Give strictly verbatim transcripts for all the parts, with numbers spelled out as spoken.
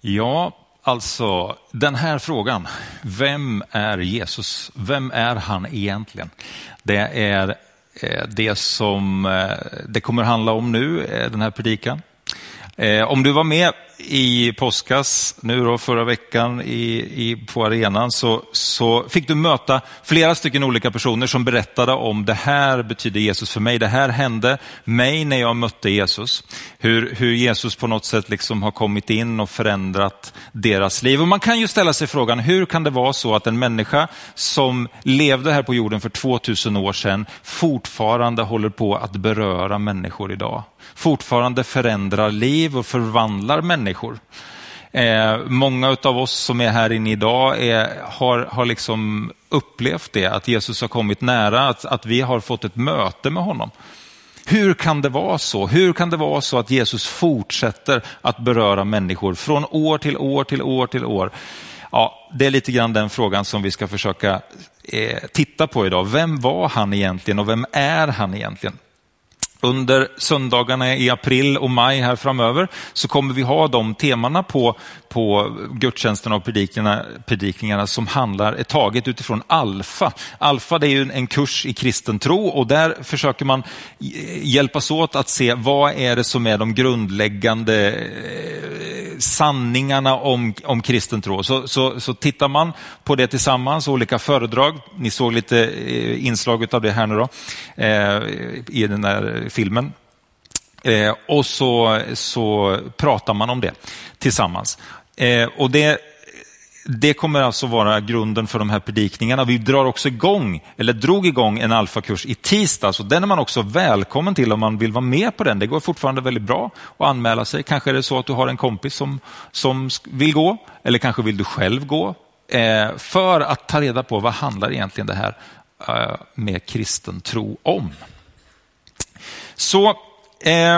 Ja, alltså den här frågan. Vem är Jesus? Vem är han egentligen? Det är det som det kommer handla om nu, den här predikan. Om du var med i påskas nu då förra veckan i, i, på arenan så, så fick du möta flera stycken olika personer som berättade om det här betyder Jesus för mig. Det här hände mig när jag mötte Jesus. Hur, hur Jesus på något sätt liksom har kommit in och förändrat deras liv. Och man kan ju ställa sig frågan, hur kan det vara så att en människa som levde här på jorden för tvåtusen år sedan fortfarande håller på att beröra människor idag? Fortfarande förändrar liv och förvandlar människor. Eh, många av oss som är här inne idag är, har, har liksom upplevt det, att Jesus har kommit nära, att, att vi har fått ett möte med honom. Hur kan det vara så? Hur kan det vara så att Jesus fortsätter att beröra människor från år till år till år till år? Ja, det är lite grann den frågan som vi ska försöka eh, titta på idag. Vem var han egentligen och vem är han egentligen? Under söndagarna i april och maj här framöver så kommer vi ha de temana på, på gudstjänsterna och predikningarna, predikningarna som handlar är taget utifrån Alfa. Alfa, det är ju en kurs i kristen tro och där försöker man hjälpas åt att se vad är det som är de grundläggande sanningarna om, om kristen tro. Så, så, så tittar man på det tillsammans, olika föredrag. Ni såg lite inslag av det här nu då eh, i den där filmen. Eh, och så, så pratar man om det tillsammans. Eh, och det, det kommer alltså vara grunden för de här predikningarna. Vi drar också igång, eller drog igång en alfakurs i tisdag. Så den är man också välkommen till om man vill vara med på den. Det går fortfarande väldigt bra att anmäla sig. Kanske är det så att du har en kompis som, som vill gå. Eller kanske vill du själv gå. Eh, för att ta reda på vad handlar egentligen det här eh, med kristen tro om. Så, eh,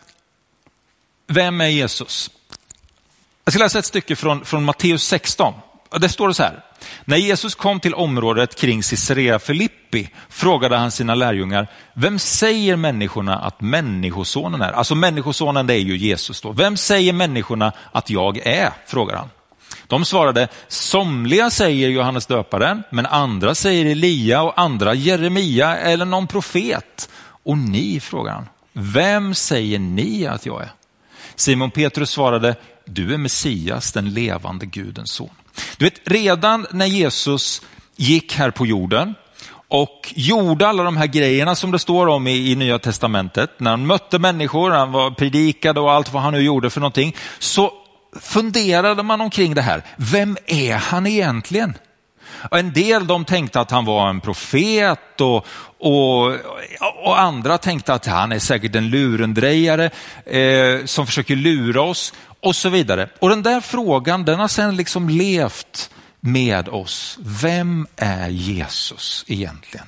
vem är Jesus? Jag ska läsa ett stycke från, från Matteus sexton. Det står det så här. När Jesus kom till området kring Caesarea Filippi frågade han sina lärjungar, vem säger människorna att människosonen är? Alltså människosonen, det är ju Jesus då. Vem säger människorna att jag är? Frågar han. De svarade, somliga säger Johannes döparen, men andra säger Elia och andra Jeremia eller någon profet. Och ni, frågar han, vem säger ni att jag är? Simon Petrus svarade, du är Messias, den levande Gudens son. Du vet, redan när Jesus gick här på jorden och gjorde alla de här grejerna som det står om i, i Nya testamentet, när han mötte människor, han var predikad och allt vad han nu gjorde för någonting, så funderade man omkring det här. Vem är han egentligen? Och en del de tänkte att han var en profet och, och, och andra tänkte att han är säkert en lurendrejare eh, som försöker lura oss och så vidare. Och den där frågan, den har sedan liksom levt med oss. Vem är Jesus egentligen?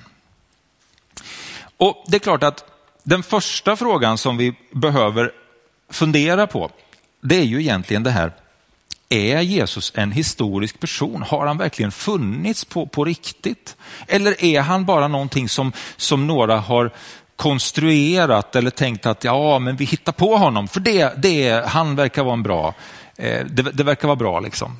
Och det är klart att den första frågan som vi behöver fundera på, det är ju egentligen det här. Är Jesus en historisk person? Har han verkligen funnits på, på riktigt? Eller är han bara någonting som, som några har konstruerat eller tänkt att ja, men vi hittar på honom för det, det han verkar vara en bra, eh, det, det verkar vara bra liksom.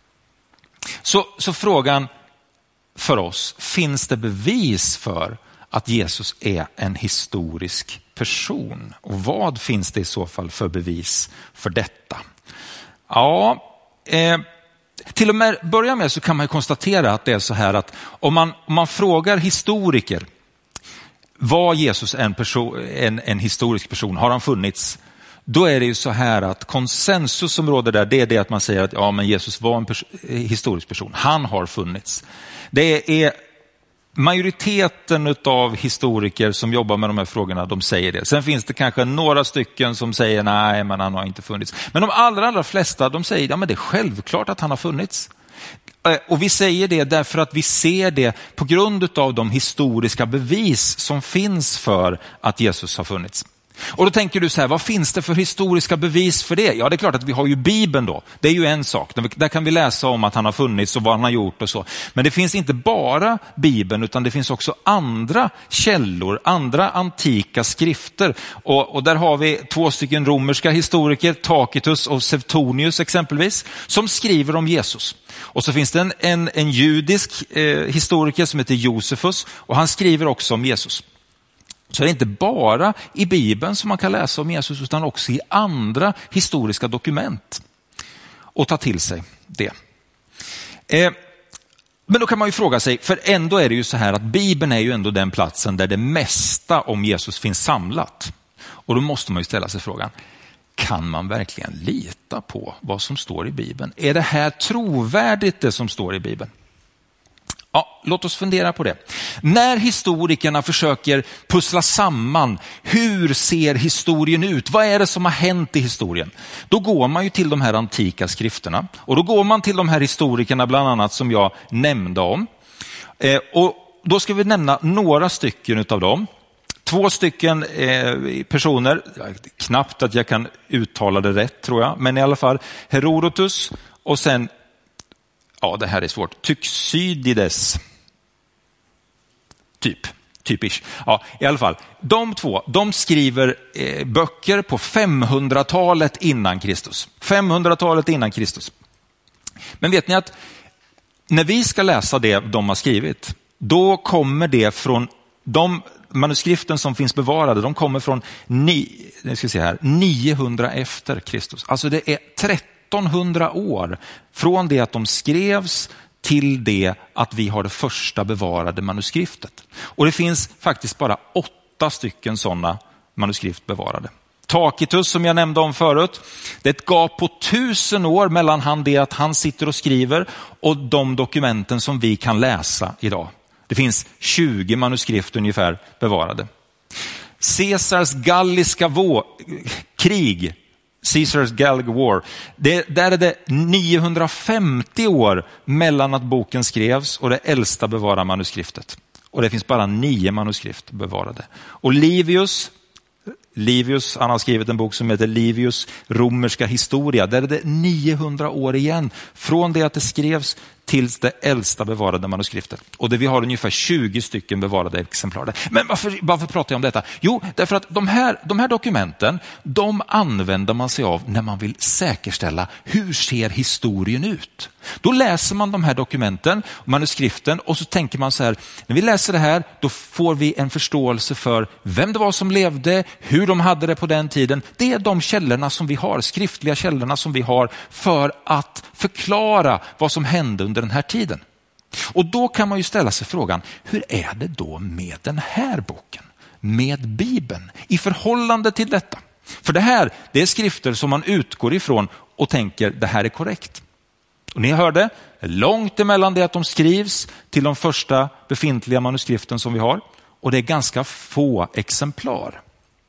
Så, så frågan för oss, finns det bevis för att Jesus är en historisk person? Och vad finns det i så fall för bevis för detta? Ja, eh, till och med börja med så kan man ju konstatera att det är så här att om man, om man frågar historiker, var Jesus en, person, en, en historisk person, har han funnits? Då är det ju så här att konsensus som råder där, det är det att man säger att ja, men Jesus var en pers- historisk person, han har funnits. Det är majoriteten av historiker som jobbar med de här frågorna, de säger det. Sen finns det kanske några stycken som säger nej, men han har inte funnits. Men de allra, allra flesta, de säger ja, men det är självklart att han har funnits. Och vi säger det därför att vi ser det på grund av de historiska bevis som finns för att Jesus har funnits. Och då tänker du så här, vad finns det för historiska bevis för det? Ja, det är klart att vi har ju Bibeln då. Det är ju en sak. Där kan vi läsa om att han har funnits och vad han har gjort och så. Men det finns inte bara Bibeln, utan det finns också andra källor, andra antika skrifter. Och, och där har vi två stycken romerska historiker, Tacitus och Suetonius exempelvis, som skriver om Jesus. Och så finns det en, en, en judisk eh, historiker som heter Josefus, och han skriver också om Jesus. Så det är inte bara i Bibeln som man kan läsa om Jesus, utan också i andra historiska dokument och ta till sig det. Eh, men då kan man ju fråga sig, för ändå är det ju så här att Bibeln är ju ändå den platsen där det mesta om Jesus finns samlat. Och då måste man ju ställa sig frågan, kan man verkligen lita på vad som står i Bibeln? Är det här trovärdigt, det som står i Bibeln? Ja, låt oss fundera på det. När historikerna försöker pussla samman, hur ser historien ut? Vad är det som har hänt i historien? Då går man ju till de här antika skrifterna. Och då går man till de här historikerna bland annat som jag nämnde om. Eh, och då ska vi nämna några stycken av dem. Två stycken eh, personer, knappt att jag kan uttala det rätt tror jag, men i alla fall Herodotus och sen, ja det här är svårt, Tuxydides. Typ, typisch. Ja, i alla fall, de två, de skriver eh, böcker på femhundratalet innan Kristus. femhundratalet innan Kristus. Men vet ni att när vi ska läsa det de har skrivit, då kommer det från de manuskriften som finns bevarade, de kommer från ni, jag ska se här, niohundra efter Kristus. Alltså det är trettonhundra år från det att de skrevs till det att vi har det första bevarade manuskriftet. Och det finns faktiskt bara åtta stycken sådana manuskript bevarade. Tacitus som jag nämnde om förut, det är ett gap på tusen år mellan han det att han sitter och skriver och de dokumenten som vi kan läsa idag. Det finns tjugo manuskript ungefär bevarade. Caesars galliska vå- krig, Caesars Gallic War, det, där är det niohundrafemtio år mellan att boken skrevs och det äldsta bevarade manuskriptet. Och det finns bara nio manuskript bevarade. Och Livius, Livius, han har skrivit en bok som heter Livius romerska historia. Där är det niohundra år igen från det att det skrevs tills det äldsta bevarade manuskriptet. Och det vi har ungefär tjugo stycken bevarade exemplar. Men varför, varför pratar jag om detta? Jo, därför att de här, de här dokumenten, de använder man sig av när man vill säkerställa hur ser historien ut. Då läser man de här dokumenten, manuskripten, och så tänker man så här, när vi läser det här, då får vi en förståelse för vem det var som levde, hur de hade det på den tiden. Det är de källorna som vi har, skriftliga källorna som vi har för att förklara vad som hände under den här tiden. Och då kan man ju ställa sig frågan, hur är det då med den här boken? Med Bibeln i förhållande till detta? För det här, det är skrifter som man utgår ifrån och tänker, det här är korrekt. Och ni hörde, långt emellan det att de skrivs till de första befintliga manuskripten som vi har. Och det är ganska få exemplar.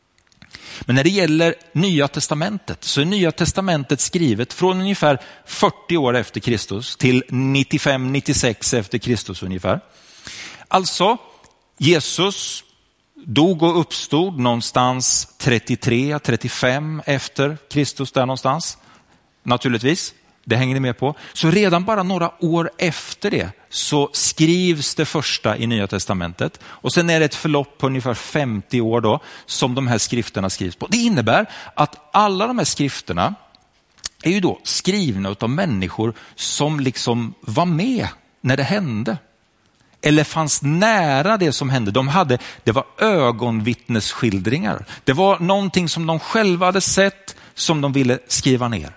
Men när det gäller Nya testamentet så är Nya testamentet skrivet från ungefär fyrtio år efter Kristus till nittiofem nittiosex efter Kristus ungefär. Alltså, Jesus dog och uppstod någonstans trettiotre trettiofem efter Kristus där någonstans. Naturligtvis, det hänger ni med på. Så redan bara några år efter det så skrivs det första i Nya testamentet. Och sen är det ett förlopp på ungefär femtio år då som de här skrifterna skrivs på. Det innebär att alla de här skrifterna är ju då skrivna av människor som liksom var med när det hände. Eller fanns nära det som hände. De hade, det var ögonvittnesskildringar. Det var någonting som de själva hade sett som de ville skriva ner.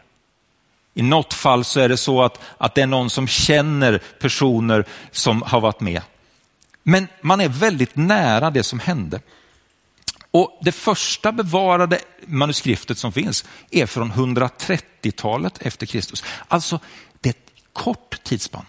I något fall så är det så att, att det är någon som känner personer som har varit med. Men man är väldigt nära det som hände. Och det första bevarade manuskriptet som finns är från hundratrettiotalet efter Kristus. Alltså det är ett kort tidsspann.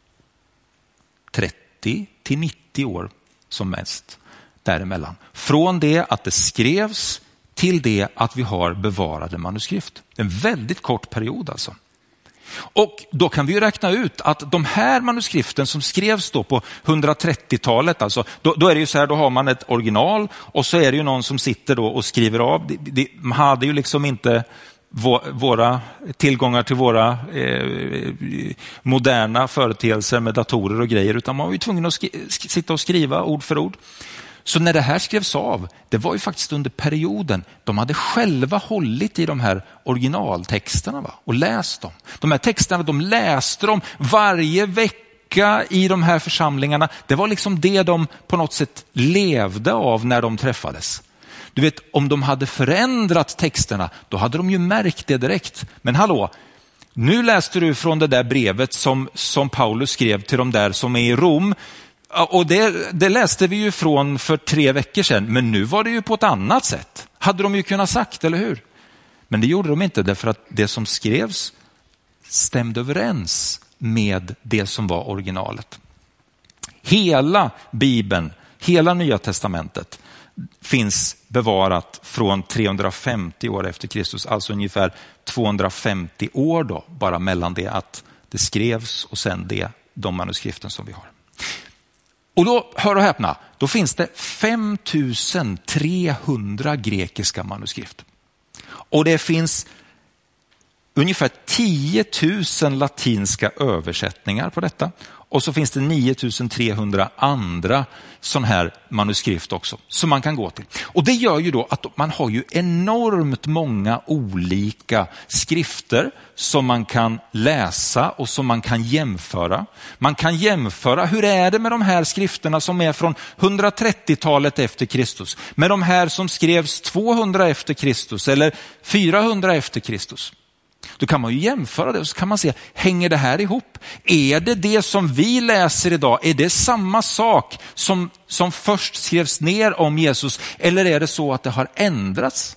trettio till nittio år som mest däremellan. Från det att det skrevs till det att vi har bevarade manuskript. En väldigt kort period alltså. Och då kan vi ju räkna ut att de här manuskriften som skrevs då på hundratrettiotalet, alltså, då, då är det ju så här, då har man ett original och så är det ju någon som sitter då och skriver av. De, de, man hade ju liksom inte våra tillgångar till våra eh, moderna företeelser med datorer och grejer, utan man var ju tvungen att sk- sitta och skriva ord för ord. Så när det här skrevs av, det var ju faktiskt under perioden de hade själva hållit i de här originaltexterna, va? Och läst dem. De här texterna, de läste dem varje vecka i de här församlingarna. Det var liksom det de på något sätt levde av när de träffades. Du vet, om de hade förändrat texterna, då hade de ju märkt det direkt. Men hallå, nu läste du från det där brevet som, som Paulus skrev till de där som är i Rom. Och det, det läste vi ju från för tre veckor sedan, men nu var det ju på ett annat sätt. Hade de ju kunnat sagt, eller hur? Men det gjorde de inte, därför att det som skrevs stämde överens med det som var originalet. Hela Bibeln, hela Nya testamentet finns bevarat från trehundrafemtio år efter Kristus, alltså ungefär tvåhundrafemtio år då, bara mellan det att det skrevs och sen det, de manuskriften som vi har. Och då, hör och häpna, då finns det femtusen trehundra grekiska manuskript. Och det finns ungefär tio tusen latinska översättningar på detta. Och så finns det nio tusen trehundra andra sån här manuskript också som man kan gå till. Och det gör ju då att man har ju enormt många olika skrifter som man kan läsa och som man kan jämföra. Man kan jämföra, hur är det med de här skrifterna som är från hundratrettiotalet efter Kristus med de här som skrevs tvåhundra efter Kristus eller fyrahundra efter Kristus. Då kan man ju jämföra det och så kan man se, hänger det här ihop? Är det det som vi läser idag, är det samma sak som, som först skrevs ner om Jesus? Eller är det så att det har ändrats?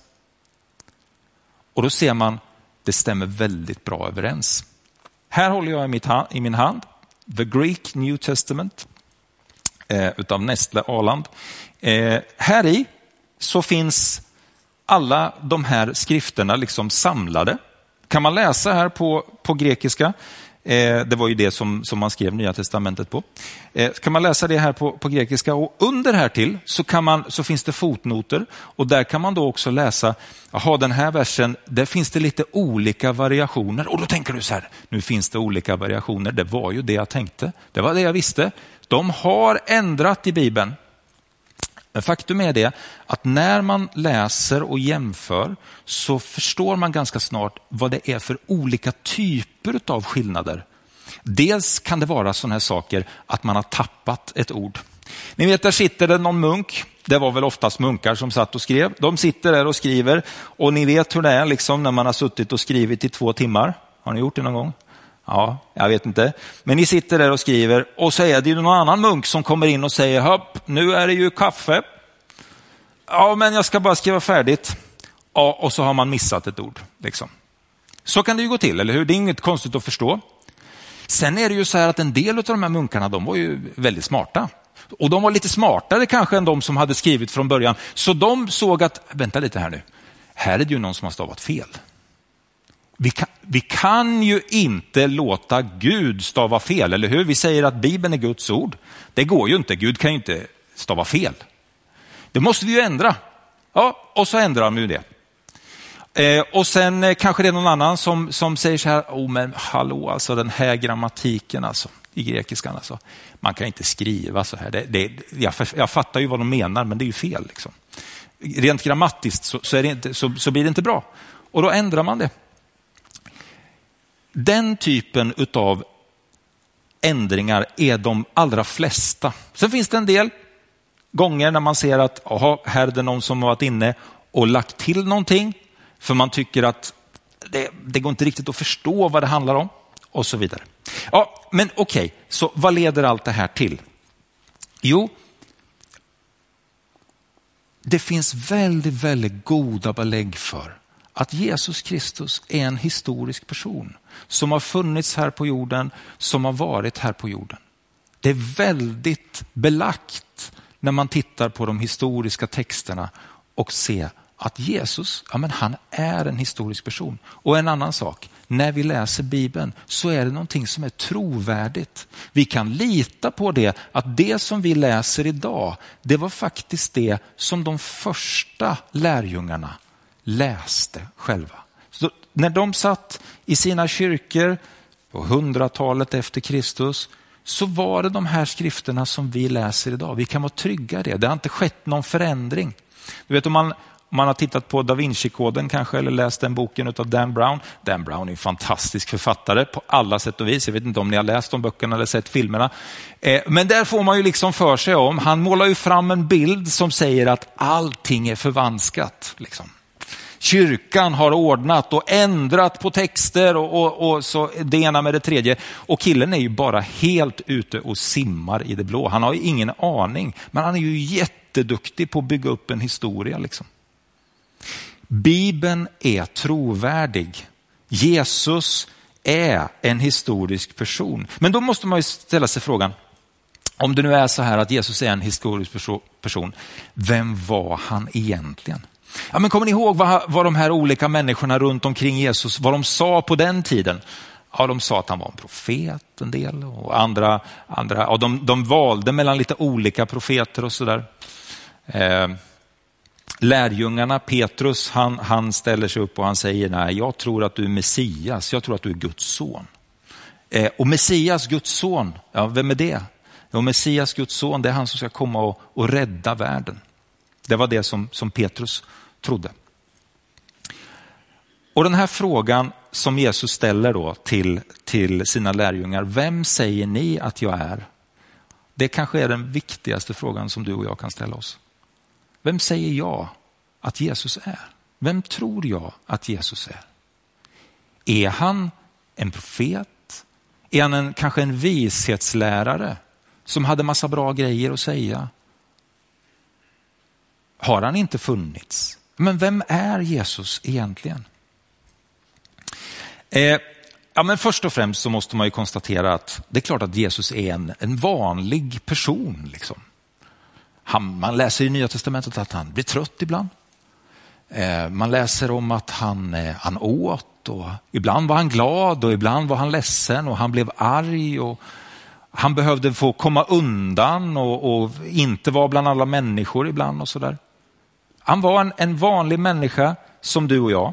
Och då ser man, det stämmer väldigt bra överens. Här håller jag i, mitt hand, i min hand The Greek New Testament eh, utav Nestle Aland. Eh, här i så finns alla de här skrifterna liksom samlade. Kan man läsa här på, på grekiska, eh, det var ju det som, som man skrev Nya testamentet på. Eh, kan man läsa det här på, på grekiska, och under här till så, kan man, så finns det fotnoter och där kan man då också läsa, jaha, den här versen, där finns det lite olika variationer. Och då tänker du så här, nu finns det olika variationer, det var ju det jag tänkte, det var det jag visste. De har ändrat i Bibeln. Men faktum är det att när man läser och jämför så förstår man ganska snart vad det är för olika typer av skillnader. Dels kan det vara sådana här saker att man har tappat ett ord. Ni vet, där sitter det någon munk. Det var väl oftast munkar som satt och skrev. De sitter där och skriver och ni vet hur det är liksom när man har suttit och skrivit i två timmar. Har ni gjort det någon gång? Ja, jag vet inte. Men ni sitter där och skriver och så är det ju någon annan munk som kommer in och säger, hopp, nu är det ju kaffe. Ja, men jag ska bara skriva färdigt. Ja, och så har man missat ett ord. Liksom. Så kan det ju gå till, eller hur? Det är inget konstigt att förstå. Sen är det ju så här att en del av de här munkarna, de var ju väldigt smarta. Och de var lite smartare kanske än de som hade skrivit från början. Så de såg att, vänta lite här nu. Här är det ju någon som har stavat fel. Vi kan, vi kan ju inte låta Gud stava fel, eller hur? Vi säger att Bibeln är Guds ord. Det går ju inte, Gud kan ju inte stava fel. Det måste vi ju ändra. Ja, och så ändrar de ju det. Eh, och sen eh, kanske det är någon annan som, som säger så här, oh men hallå, alltså den här grammatiken alltså, i grekiskan alltså. Man kan inte skriva så här. Det, det, jag, jag fattar ju vad de menar, men det är ju fel liksom. Rent grammatiskt så, så, är det inte, så, så blir det inte bra. Och då ändrar man det. Den typen utav ändringar är de allra flesta. Sen finns det en del gånger när man ser att aha, här är det någon som har varit inne och lagt till någonting för man tycker att det, det går inte riktigt att förstå vad det handlar om och så vidare. Ja, men okej, okay, så vad leder allt det här till? Jo, det finns väldigt, väldigt goda belägg för att Jesus Kristus är en historisk person som har funnits här på jorden, som har varit här på jorden. Det är väldigt belagt när man tittar på de historiska texterna och ser att Jesus, ja men han är en historisk person. Och en annan sak, när vi läser Bibeln så är det någonting som är trovärdigt. Vi kan lita på det, att det som vi läser idag, det var faktiskt det som de första lärjungarna läste själva. Så när de satt i sina kyrkor på hundratalet efter Kristus, så var det de här skrifterna som vi läser idag. Vi kan vara trygga i det. Det har inte skett någon förändring. Du vet, om man, om man har tittat på Da Vinci-koden kanske, eller läst den boken av Dan Brown. Dan Brown är en fantastisk författare på alla sätt och vis. Jag vet inte om ni har läst de böckerna eller sett filmerna. Eh, men där får man ju liksom för sig om, han målar ju fram en bild som säger att allting är förvanskat. Liksom. Kyrkan har ordnat och ändrat på texter och, och, och så det ena med det tredje. Och killen är ju bara helt ute och simmar i det blå. Han har ju ingen aning, men han är ju jätteduktig på att bygga upp en historia. Liksom. Bibeln är trovärdig. Jesus är en historisk person. Men då måste man ju ställa sig frågan, om det nu är så här att Jesus är en historisk person, vem var han egentligen? Ja, men kommer ni ihåg vad, vad de här olika människorna runt omkring Jesus, vad de sa på den tiden? Ja, de sa att han var en profet en del, och andra, andra ja, de, de valde mellan lite olika profeter och sådär. Eh, lärjungarna, Petrus, han, han ställer sig upp och han säger, nej, jag tror att du är Messias, jag tror att du är Guds son. Eh, och Messias, Guds son, ja, vem är det? Och Messias, Guds son, det är han som ska komma och, och rädda världen. Det var det som, som Petrus trodde. Och den här frågan som Jesus ställer då till, till sina lärjungar, vem säger ni att jag är? Det kanske är den viktigaste frågan som du och jag kan ställa oss. Vem säger jag att Jesus är? Vem tror jag att Jesus är? Är han en profet? Är han en, kanske en vishetslärare som hade massa bra grejer att säga? Har han inte funnits? Men vem är Jesus egentligen? Eh, ja, men först och främst så måste man ju konstatera att det är klart att Jesus är en, en vanlig person. Liksom. Han, man läser i Nya testamentet att han blir trött ibland. Eh, man läser om att han, eh, han åt, och ibland var han glad och ibland var han ledsen och han blev arg och han behövde få komma undan och, och inte vara bland alla människor ibland och sådär. Han var en, en vanlig människa som du och jag.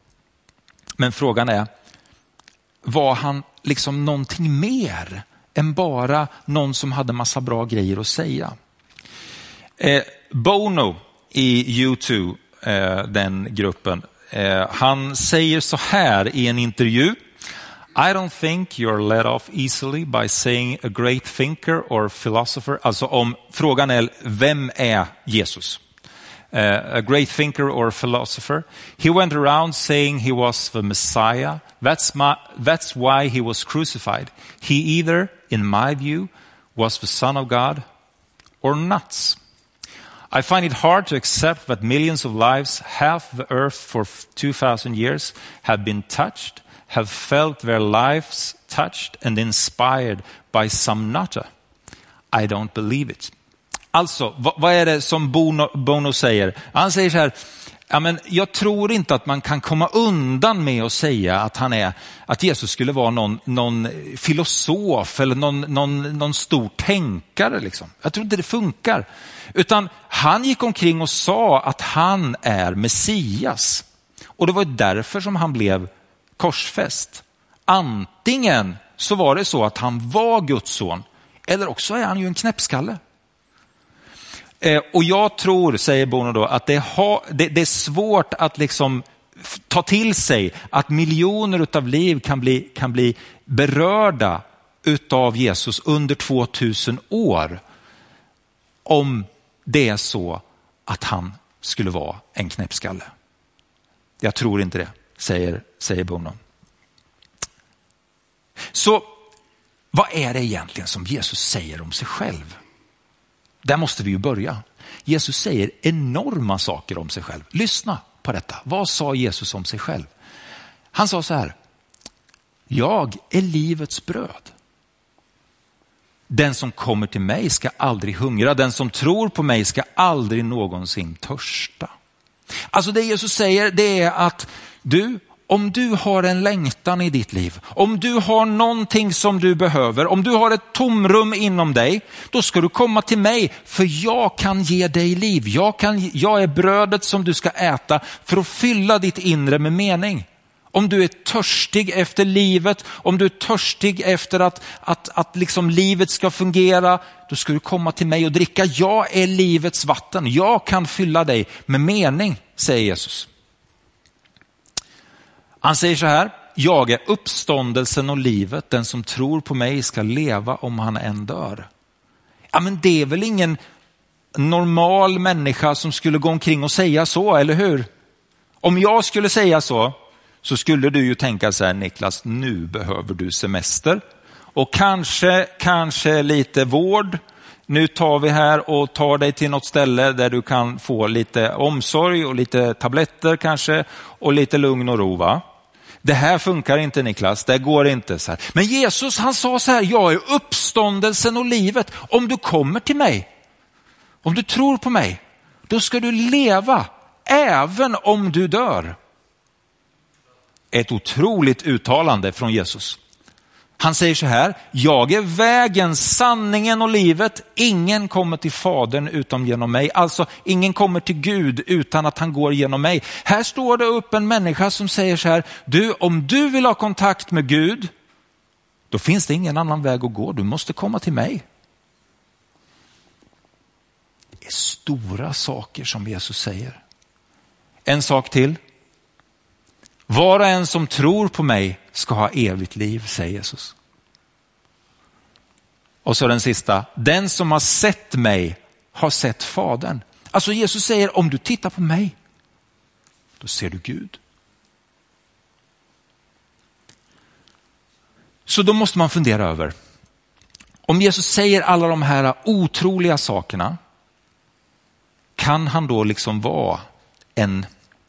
Men frågan är, var han liksom någonting mer än bara någon som hade massa bra grejer att säga? Eh, Bono i U två, eh, den gruppen, eh, han säger så här i en intervju: I don't think you're let off easily by saying a great thinker or philosopher. Alltså om frågan är, vem är Jesus? Uh, a great thinker or philosopher. He went around saying he was the Messiah. That's my, that's why he was crucified. He either, in my view, was the Son of God or nuts. I find it hard to accept that millions of lives, half the earth for two thousand years, have been touched, have felt their lives touched and inspired by some nutter. I don't believe it. Alltså, vad, vad är det som Bono, Bono säger? Han säger så här, ja, men jag tror inte att man kan komma undan med att säga att han är, att Jesus skulle vara någon, någon filosof eller någon, någon, någon stor tänkare. Liksom. Jag tror inte det funkar. Utan han gick omkring och sa att han är Messias. Och det var därför som han blev korsfäst. Antingen så var det så att han var Guds son, eller också är han ju en knäppskalle. Eh, och jag tror, säger Bono då, att det, ha, det, det är svårt att liksom ta till sig att miljoner utav liv kan bli, kan bli berörda utav Jesus under tvåtusen år, om det är så att han skulle vara en knäppskalle. Jag tror inte det, säger, säger Bono. Så vad är det egentligen som Jesus säger om sig själv? Där måste vi ju börja. Jesus säger enorma saker om sig själv. Lyssna på detta. Vad sa Jesus om sig själv? Han sa så här: jag är livets bröd. Den som kommer till mig ska aldrig hungra. Den som tror på mig ska aldrig någonsin törsta. Alltså det Jesus säger, det är att du, om du har en längtan i ditt liv, om du har någonting som du behöver, om du har ett tomrum inom dig, då ska du komma till mig, för jag kan ge dig liv. Jag, kan, jag är brödet som du ska äta för att fylla ditt inre med mening. Om du är törstig efter livet, om du är törstig efter att, att, att liksom livet ska fungera, då ska du komma till mig och dricka. Jag är livets vatten. Jag kan fylla dig med mening, säger Jesus. Han säger så här: jag är uppståndelsen och livet. Den som tror på mig ska leva om han än dör. Ja, men det är väl ingen normal människa som skulle gå omkring och säga så, eller hur? Om jag skulle säga så, så skulle du ju tänka så här: Niklas, nu behöver du semester och kanske, kanske lite vård. Nu tar vi här och tar dig till något ställe där du kan få lite omsorg och lite tabletter kanske och lite lugn och ro, va? Det här funkar inte, Niklas, det går inte så här. Men Jesus, han sa så här: jag är uppståndelsen och livet. Om du kommer till mig, om du tror på mig, då ska du leva även om du dör. Ett otroligt uttalande från Jesus. Han säger så här: jag är vägen, sanningen och livet. Ingen kommer till Fadern utom genom mig. Alltså ingen kommer till Gud utan att han går genom mig. Här står det upp en människa som säger så här: du, om du vill ha kontakt med Gud, då finns det ingen annan väg att gå. Du måste komma till mig. Det är stora saker som Jesus säger. En sak till. Var och en som tror på mig ska ha evigt liv, säger Jesus. Och så den sista. Den som har sett mig har sett Fadern. Alltså Jesus säger: om du tittar på mig, då ser du Gud. Så då måste man fundera över, om Jesus säger alla de här otroliga sakerna, kan han då liksom vara en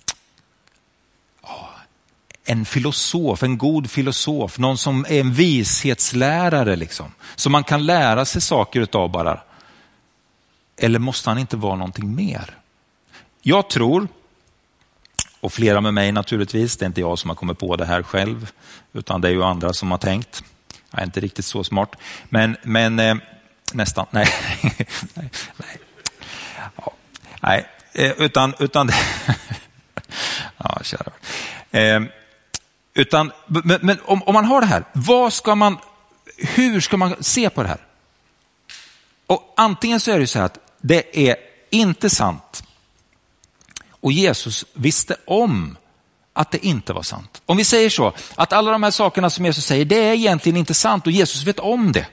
en filosof, en god filosof, någon som är en vishetslärare liksom, så man kan lära sig saker utav bara? Eller måste han inte vara någonting mer? Jag tror, och flera med mig naturligtvis, det är inte jag som har kommit på det här själv, utan det är ju andra som har tänkt. Jag är inte riktigt så smart, men, men eh, nästan, nej, nej, nej. Ja, nej, eh, utan, utan ja, kära. Eh, Utan, men, men om, om man har det här, vad ska man, hur ska man se på det här? Och antingen så är det så här att det är inte sant. Och Jesus visste om att det inte var sant. Om vi säger så, att alla de här sakerna som Jesus säger, det är egentligen inte sant och Jesus vet om det.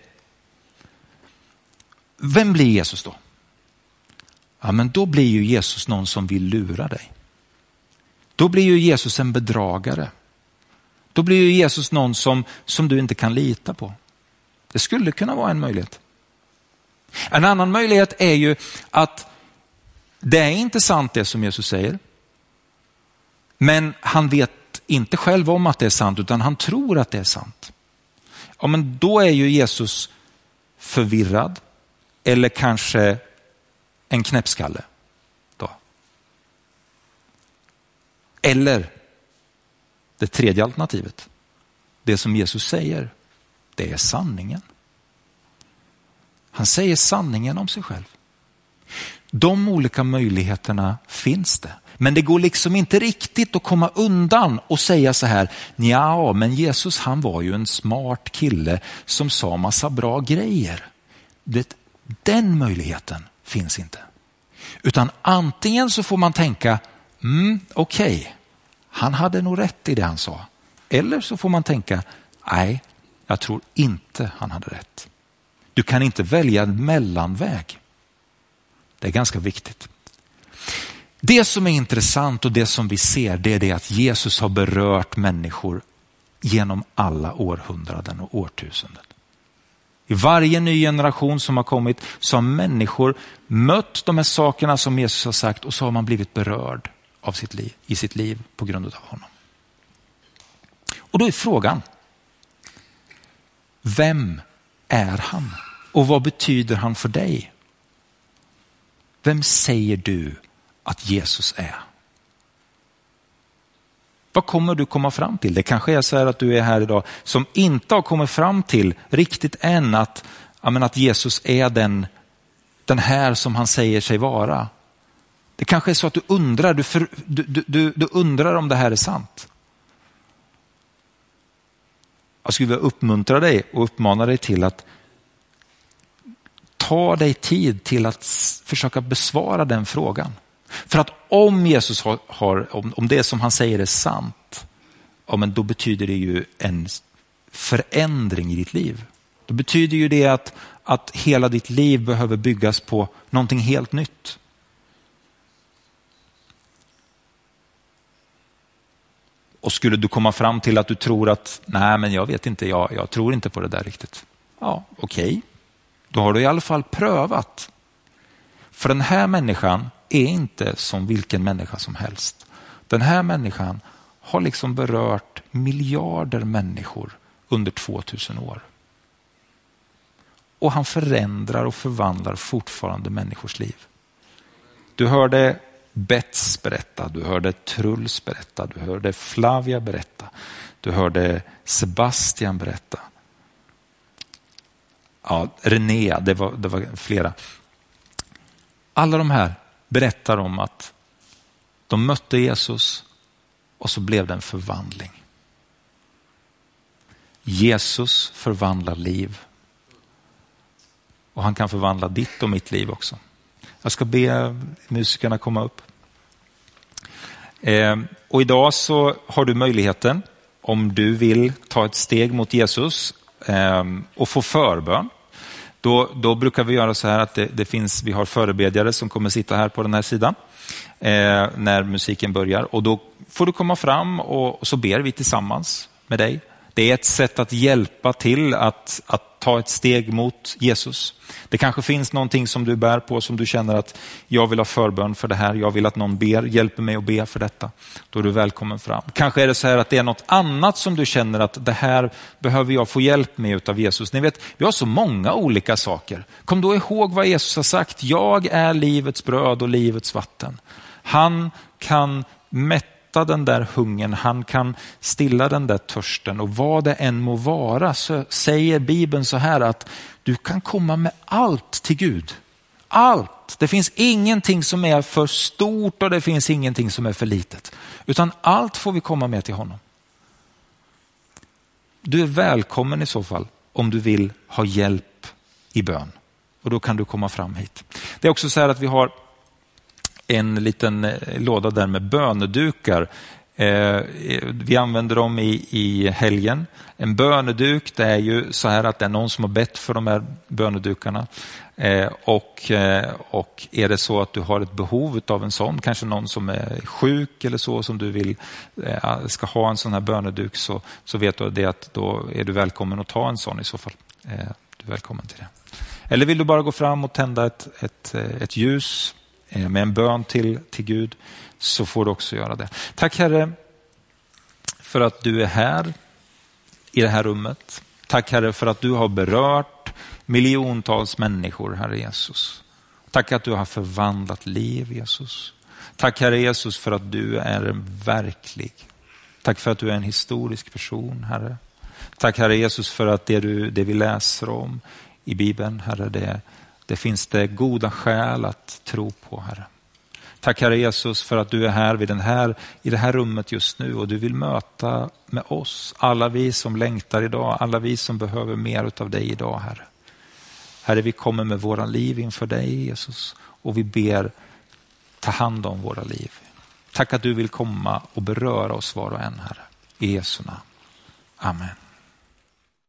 Vem blir Jesus då? Ja, men då blir ju Jesus någon som vill lura dig. Då blir ju Jesus en bedragare. Då blir ju Jesus någon som, som du inte kan lita på. Det skulle kunna vara en möjlighet. En annan möjlighet är ju att det är inte sant det som Jesus säger. Men han vet inte själv om att det är sant, utan han tror att det är sant. Ja, men då är ju Jesus förvirrad eller kanske en knäppskalle. Då. Eller det tredje alternativet. Det som Jesus säger, det är sanningen. Han säger sanningen om sig själv. De olika möjligheterna finns det. Men det går liksom inte riktigt att komma undan och säga så här: ja, men Jesus, han var ju en smart kille som sa massa bra grejer. Det, den möjligheten finns inte. Utan antingen så får man tänka, mm, okej, okay, han hade nog rätt i det han sa. Eller så får man tänka, nej, jag tror inte han hade rätt. Du kan inte välja en mellanväg. Det är ganska viktigt. Det som är intressant och det som vi ser, det är det att Jesus har berört människor genom alla århundraden och årtusenden. I varje ny generation som har kommit så har människor mött de här sakerna som Jesus har sagt, och så har man blivit berörd av sitt liv, i sitt liv på grund av honom. Och då är frågan, vem är han? Och vad betyder han för dig? Vem säger du att Jesus är? Vad kommer du komma fram till? Det kanske är så här att du är här idag som inte har kommit fram till riktigt än att, jag menar, att Jesus är den, den här som han säger sig vara. Det kanske är så att du undrar, du, för, du, du, du, du undrar om det här är sant. Jag skulle vilja uppmuntra dig och uppmana dig till att ta dig tid till att försöka besvara den frågan. För att om Jesus har, har om, om det som han säger är sant, ja, men då betyder det ju en förändring i ditt liv. Då betyder ju det att, att hela ditt liv behöver byggas på någonting helt nytt. Och skulle du komma fram till att du tror att nej, men jag vet inte, jag, jag tror inte på det där riktigt. Ja, okej. Okay. Då har du i alla fall prövat. För den här människan är inte som vilken människa som helst. Den här människan har liksom berört miljarder människor under tvåtusen år. Och han förändrar och förvandlar fortfarande människors liv. Du hörde Bets berätta, du hörde Truls berätta, du hörde Flavia berätta, du hörde Sebastian berätta. Ja, René, det var, det var flera. Alla de här berättar om att de mötte Jesus och så blev det en förvandling. Jesus förvandlar liv. Och han kan förvandla ditt och mitt liv också. Jag ska be musikerna komma upp. Eh, och idag så har du möjligheten, om du vill ta ett steg mot Jesus eh, och få förbön. Då, då brukar vi göra så här att det, det finns, vi har förebedjare som kommer sitta här på den här sidan eh, när musiken börjar. Och då får du komma fram och, och så ber vi tillsammans med dig. Det är ett sätt att hjälpa till att, att ta ett steg mot Jesus. Det kanske finns någonting som du bär på som du känner att jag vill ha förbön för det här. Jag vill att någon ber, hjälper mig att be för detta. Då är du välkommen fram. Kanske är det så här att det är något annat som du känner att det här behöver jag få hjälp med av Jesus. Ni vet, vi har så många olika saker. Kom då ihåg vad Jesus har sagt. Jag är livets bröd och livets vatten. Han kan mätta den där hungern, han kan stilla den där törsten, och vad det än må vara så säger Bibeln så här att du kan komma med allt till Gud. Allt. Det finns ingenting som är för stort och det finns ingenting som är för litet. Utan allt får vi komma med till honom. Du är välkommen i så fall om du vill ha hjälp i bön. Och då kan du komma fram hit. Det är också så här att vi har en liten låda där med bönedukar. Eh, vi använder dem i, i helgen. En böneduk, det är ju så här att det är någon som har bett för de här bönedukarna. Eh, och, eh, och är det så att du har ett behov av en sån, kanske någon som är sjuk eller så som du vill eh, ska ha en sån här böneduk, så, så vet du det att då är du välkommen att ta en sån i så fall. Eh, du är välkommen till det. Eller vill du bara gå fram och tända ett, ett, ett ljus med en bön till, till Gud, så får du också göra det. Tack Herre för att du är här i det här rummet. Tack Herre för att du har berört miljontals människor, Herre Jesus. Tack att du har förvandlat liv, Jesus. Tack Herre Jesus för att du är verklig. Tack för att du är en historisk person, Herre. Tack Herre Jesus för att det, du, det vi läser om i Bibeln, Herre, det Det finns det goda skäl att tro på, Herre. Tack Herre Jesus för att du är här, vid den här i det här rummet just nu, och du vill möta med oss. Alla vi som längtar idag, alla vi som behöver mer av dig idag, Herre. Herre, vi kommer med våra liv inför dig, Jesus, och vi ber, ta hand om våra liv. Tack att du vill komma och beröra oss var och en, Herre. I Jesu namn. Amen.